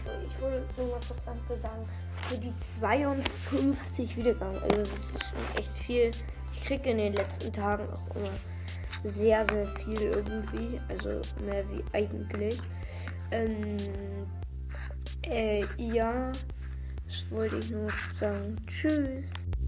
ich wollte nur mal kurz sagen, für die 52 Wiedergaben, also das ist schon echt viel. Ich kriege in den letzten Tagen auch immer sehr, sehr viel irgendwie, also mehr wie eigentlich. Ja, das wollte ich nur sagen. Tschüss.